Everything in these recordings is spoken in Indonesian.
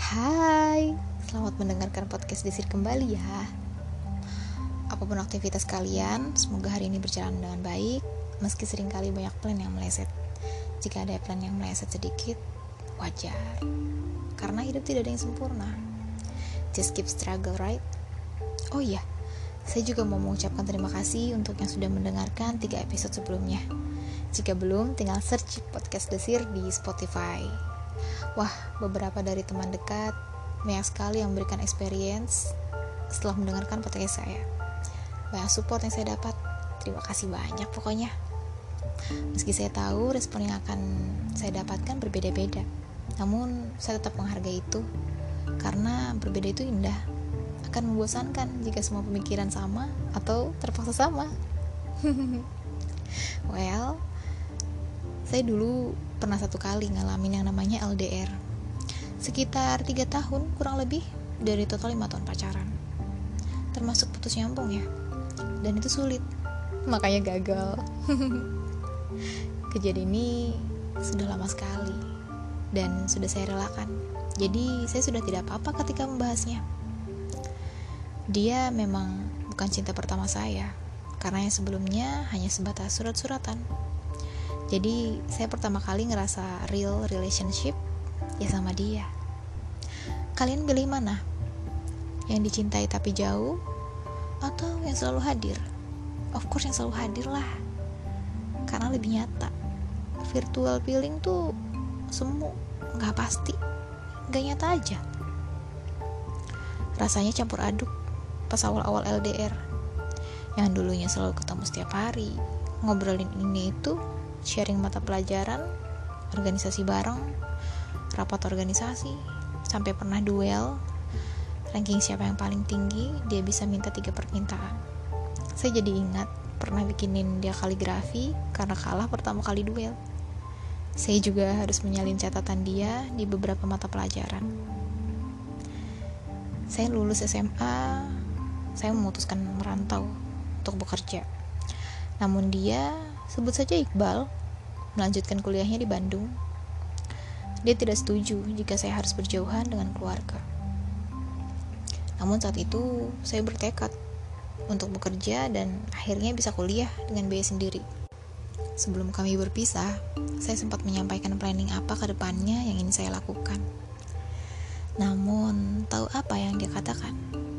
Hai, selamat mendengarkan podcast Desir kembali ya. Apapun aktivitas kalian, semoga hari ini berjalan dengan baik. Meski seringkali banyak plan yang meleset. Jika ada plan yang meleset sedikit, wajar. Karena hidup tidak ada yang sempurna. Just keep struggle, right? Oh iya, saya juga mau mengucapkan terima kasih untuk yang sudah mendengarkan 3 episode sebelumnya. Jika belum, tinggal search podcast Desir di Spotify. Wah, beberapa dari teman dekat banyak sekali yang memberikan experience setelah mendengarkan podcast saya. Banyak support yang saya dapat. Terima kasih banyak pokoknya. Meski saya tahu respon yang akan saya dapatkan berbeda-beda, namun saya tetap menghargai itu karena berbeda itu indah. Akan membosankan jika semua pemikiran sama atau terpaksa sama. Well, saya dulu pernah 1 kali ngalamin yang namanya LDR. Sekitar 3 tahun kurang lebih dari total 5 tahun pacaran. Termasuk putus nyambung ya. Dan itu sulit. Makanya gagal. Kejadian ini sudah lama sekali dan sudah saya relakan. Jadi saya sudah tidak apa-apa ketika membahasnya. Dia memang bukan cinta pertama saya, karena yang sebelumnya hanya sebatas surat-suratan. Jadi saya pertama kali ngerasa real relationship ya sama dia. Kalian pilih mana? Yang dicintai tapi jauh atau yang selalu hadir? Of course yang selalu hadir lah, karena lebih nyata. Virtual feeling tuh semu, gak pasti, gak nyata aja. Rasanya campur aduk pas awal-awal LDR. Yang dulunya selalu ketemu setiap hari, ngobrolin ini itu, sharing mata pelajaran, organisasi bareng, rapat organisasi, sampai pernah duel, ranking siapa yang paling tinggi, dia bisa minta 3 permintaan. Saya jadi ingat pernah bikinin dia kaligrafi karena kalah pertama kali duel. Saya juga harus menyalin catatan dia di beberapa mata pelajaran. Saya lulus SMA, saya memutuskan merantau untuk bekerja. Namun dia, sebut saja Iqbal, melanjutkan kuliahnya di Bandung. Dia tidak setuju jika saya harus berjauhan dengan keluarga. Namun saat itu saya bertekad untuk bekerja dan akhirnya bisa kuliah dengan biaya sendiri. Sebelum kami berpisah, saya sempat menyampaikan planning apa ke depannya yang ingin saya lakukan. Namun, tahu apa yang dia katakan?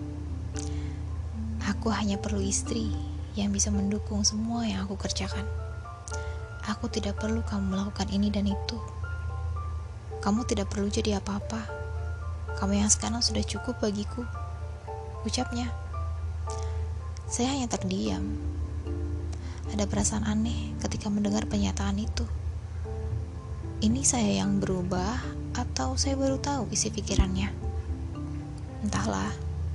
Aku hanya perlu istri yang bisa mendukung semua yang aku kerjakan. Aku tidak perlu kamu melakukan ini dan itu. Kamu tidak perlu jadi apa-apa. Kamu yang sekarang sudah cukup bagiku, ucapnya. Saya hanya terdiam. Ada perasaan aneh ketika mendengar pernyataan itu. Ini saya yang berubah atau saya baru tahu isi pikirannya? Entahlah.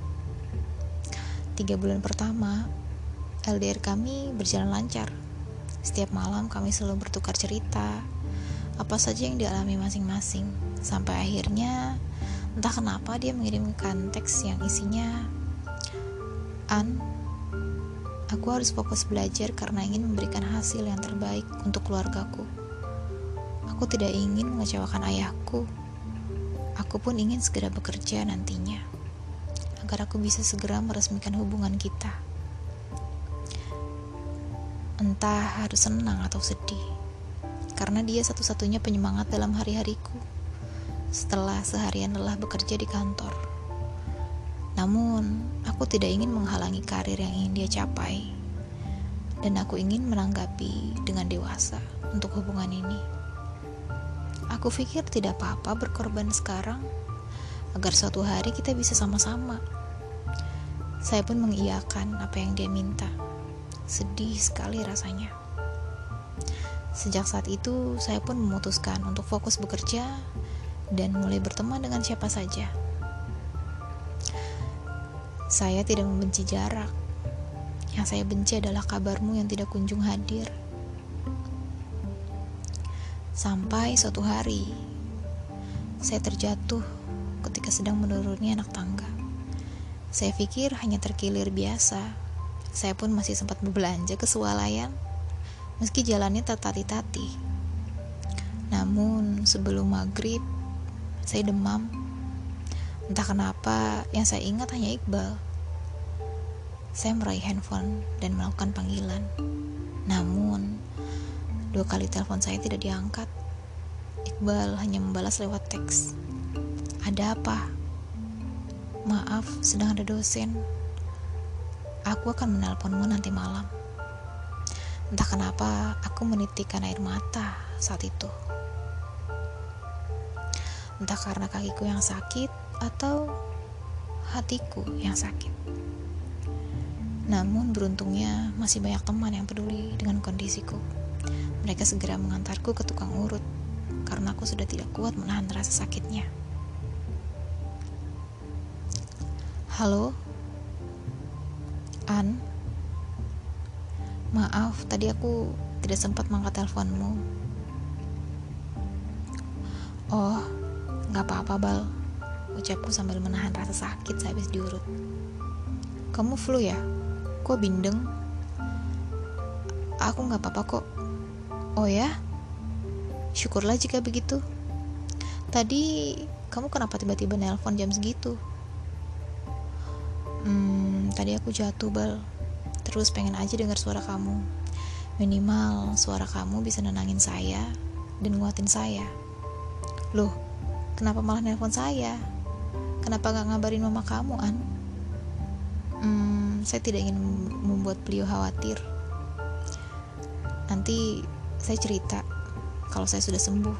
3 bulan pertama, LDR kami berjalan lancar. Setiap malam kami selalu bertukar cerita, apa saja yang dialami masing-masing. Sampai akhirnya, entah kenapa dia mengirimkan teks yang isinya, aku harus fokus belajar karena ingin memberikan hasil yang terbaik untuk keluargaku. Aku tidak ingin mengecewakan ayahku. Aku pun ingin segera bekerja nantinya, agar aku bisa segera meresmikan hubungan kita. Entah harus senang atau sedih, karena dia satu-satunya penyemangat dalam hari-hariku setelah seharian lelah bekerja di kantor. Namun, aku tidak ingin menghalangi karir yang ingin dia capai, dan aku ingin menanggapi dengan dewasa untuk hubungan ini. Aku pikir tidak apa-apa berkorban sekarang, agar suatu hari kita bisa sama-sama. Saya pun mengiyakan apa yang dia minta. Sedih sekali rasanya. Sejak saat itu, saya pun memutuskan untuk fokus bekerja dan mulai berteman dengan siapa saja. Saya tidak membenci jarak. Yang saya benci adalah kabarmu yang tidak kunjung hadir. Sampai suatu hari, saya terjatuh ketika sedang menuruni anak tangga. Saya pikir hanya terkilir biasa. Saya pun masih sempat berbelanja ke swalayan, meski jalannya tertatih-tatih. Namun sebelum maghrib, saya demam. Entah kenapa yang saya ingat hanya Iqbal. Saya meraih handphone dan melakukan panggilan. Namun 2 kali telepon saya tidak diangkat. Iqbal hanya membalas lewat teks. Ada apa? Maaf, sedang ada dosen. Aku akan menelponmu nanti malam. Entah kenapa aku menitikkan air mata saat itu. Entah karena kakiku yang sakit atau hatiku yang sakit. Namun beruntungnya masih banyak teman yang peduli dengan kondisiku. Mereka segera mengantarku ke tukang urut karena aku sudah tidak kuat menahan rasa sakitnya. Halo? An? Maaf, tadi aku tidak sempat mengangkat teleponmu. Oh, gak apa-apa, Bal. Ucapku sambil menahan rasa sakit sehabis diurut. Kamu flu ya? Kok bindeng? Aku gak apa-apa kok. Oh ya? Syukurlah jika begitu. Tadi kamu kenapa tiba-tiba nelpon jam segitu? Tadi aku jatuh, Bal. Terus pengen aja dengar suara kamu. Minimal suara kamu bisa nenangin saya dan nguatin saya. Loh, kenapa malah nelpon saya? Kenapa gak ngabarin mama kamu, An? Saya tidak ingin membuat beliau khawatir. Nanti saya cerita kalau saya sudah sembuh.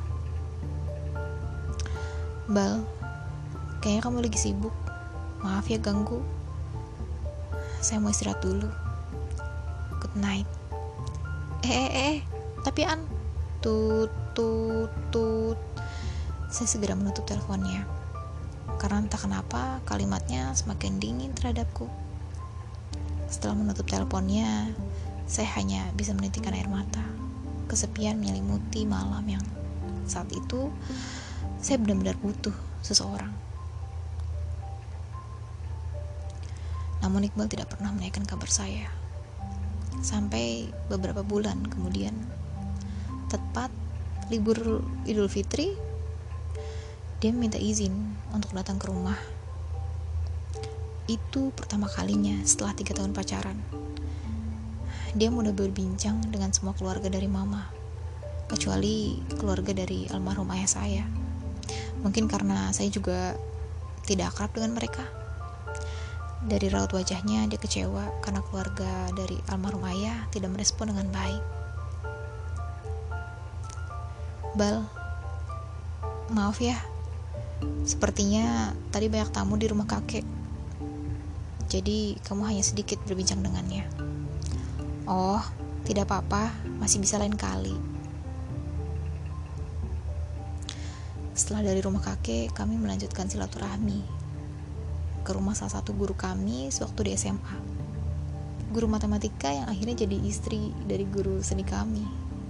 Bal, kayaknya kamu lagi sibuk. Maaf ya ganggu. Saya mau istirahat dulu. Good night. Tapi An, tut. Saya segera menutup teleponnya. Karena entah kenapa kalimatnya semakin dingin terhadapku. Setelah menutup teleponnya, saya hanya bisa menitikkan air mata. Kesepian menyelimuti malam yang saat itu saya benar-benar butuh seseorang. Namun Iqbal tidak pernah menanyakan kabar saya. Sampai beberapa bulan kemudian, tepat libur Idul Fitri, dia minta izin untuk datang ke rumah. Itu pertama kalinya setelah 3 tahun pacaran. Dia mudah berbincang dengan semua keluarga dari mama, kecuali keluarga dari almarhum ayah saya. Mungkin karena saya juga tidak akrab dengan mereka. Dari raut wajahnya dia kecewa karena keluarga dari almarhum ayah tidak merespon dengan baik. Bal, maaf ya, sepertinya tadi banyak tamu di rumah kakek, jadi kamu hanya sedikit berbincang dengannya. Oh, tidak apa-apa, masih bisa lain kali. Setelah dari rumah kakek, kami melanjutkan silaturahmi ke rumah salah satu guru kami sewaktu di SMA. Guru matematika yang akhirnya jadi istri dari guru seni kami.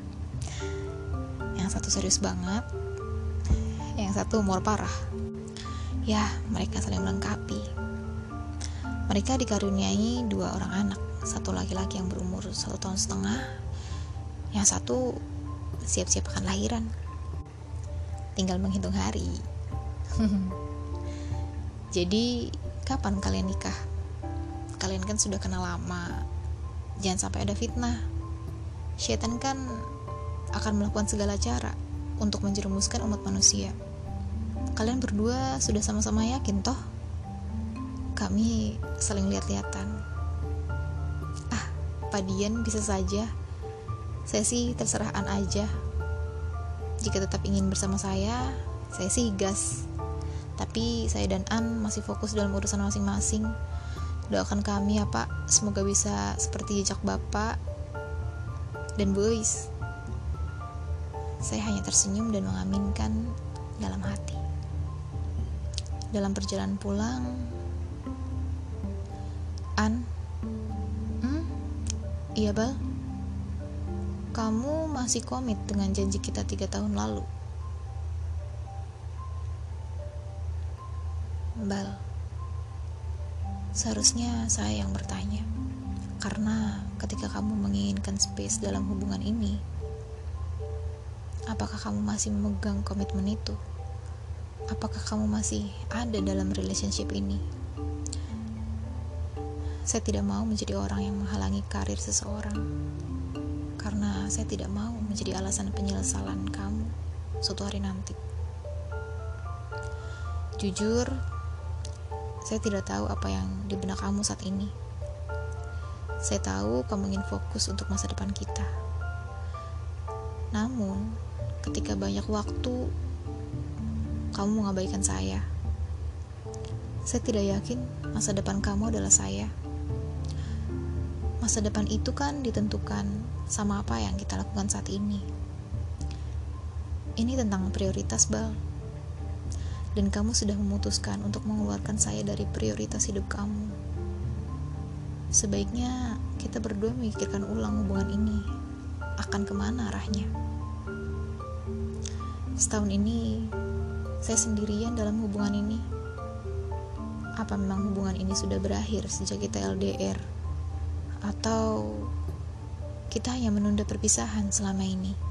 Yang satu serius banget, yang satu humor parah. Ya, mereka saling melengkapi. Mereka dikaruniai 2 orang anak, satu laki-laki yang berumur 1,5 tahun, yang satu siap-siap akan lahiran. Tinggal menghitung hari. Jadi, kapan kalian nikah? Kalian kan sudah kenal lama. Jangan sampai ada fitnah. Syaitan kan akan melakukan segala cara untuk menjerumuskan umat manusia. Kalian berdua sudah sama-sama yakin toh? Kami saling lihat-lihatan. Padian bisa saja. Saya sih terserah aja. Jika tetap ingin bersama saya sih gas. Tapi saya dan An masih fokus dalam urusan masing-masing. Doakan kami ya Pak, semoga bisa seperti jejak Bapak dan Boys. Saya hanya tersenyum dan mengaminkan dalam hati. Dalam perjalanan pulang, An, iya Bal, kamu masih komit dengan janji kita 3 tahun lalu? Bal, seharusnya saya yang bertanya, karena ketika kamu menginginkan space dalam hubungan ini, apakah kamu masih memegang komitmen itu? apakah kamu masih ada dalam relationship ini? Saya tidak mau menjadi orang yang menghalangi karir seseorang, karena saya tidak mau menjadi alasan penyesalan kamu suatu hari nanti. Jujur, saya tidak tahu apa yang di benak kamu saat ini. Saya tahu kamu ingin fokus untuk masa depan kita. Namun, ketika banyak waktu, kamu mengabaikan saya. Saya tidak yakin masa depan kamu adalah saya. Masa depan itu kan ditentukan sama apa yang kita lakukan saat ini. Ini tentang prioritas, Bal. Dan kamu sudah memutuskan untuk mengeluarkan saya dari prioritas hidup kamu. Sebaiknya kita berdua memikirkan ulang hubungan ini akan kemana arahnya. Setahun ini saya sendirian dalam hubungan ini. Apa memang hubungan ini sudah berakhir sejak kita LDR? Atau kita hanya menunda perpisahan selama ini?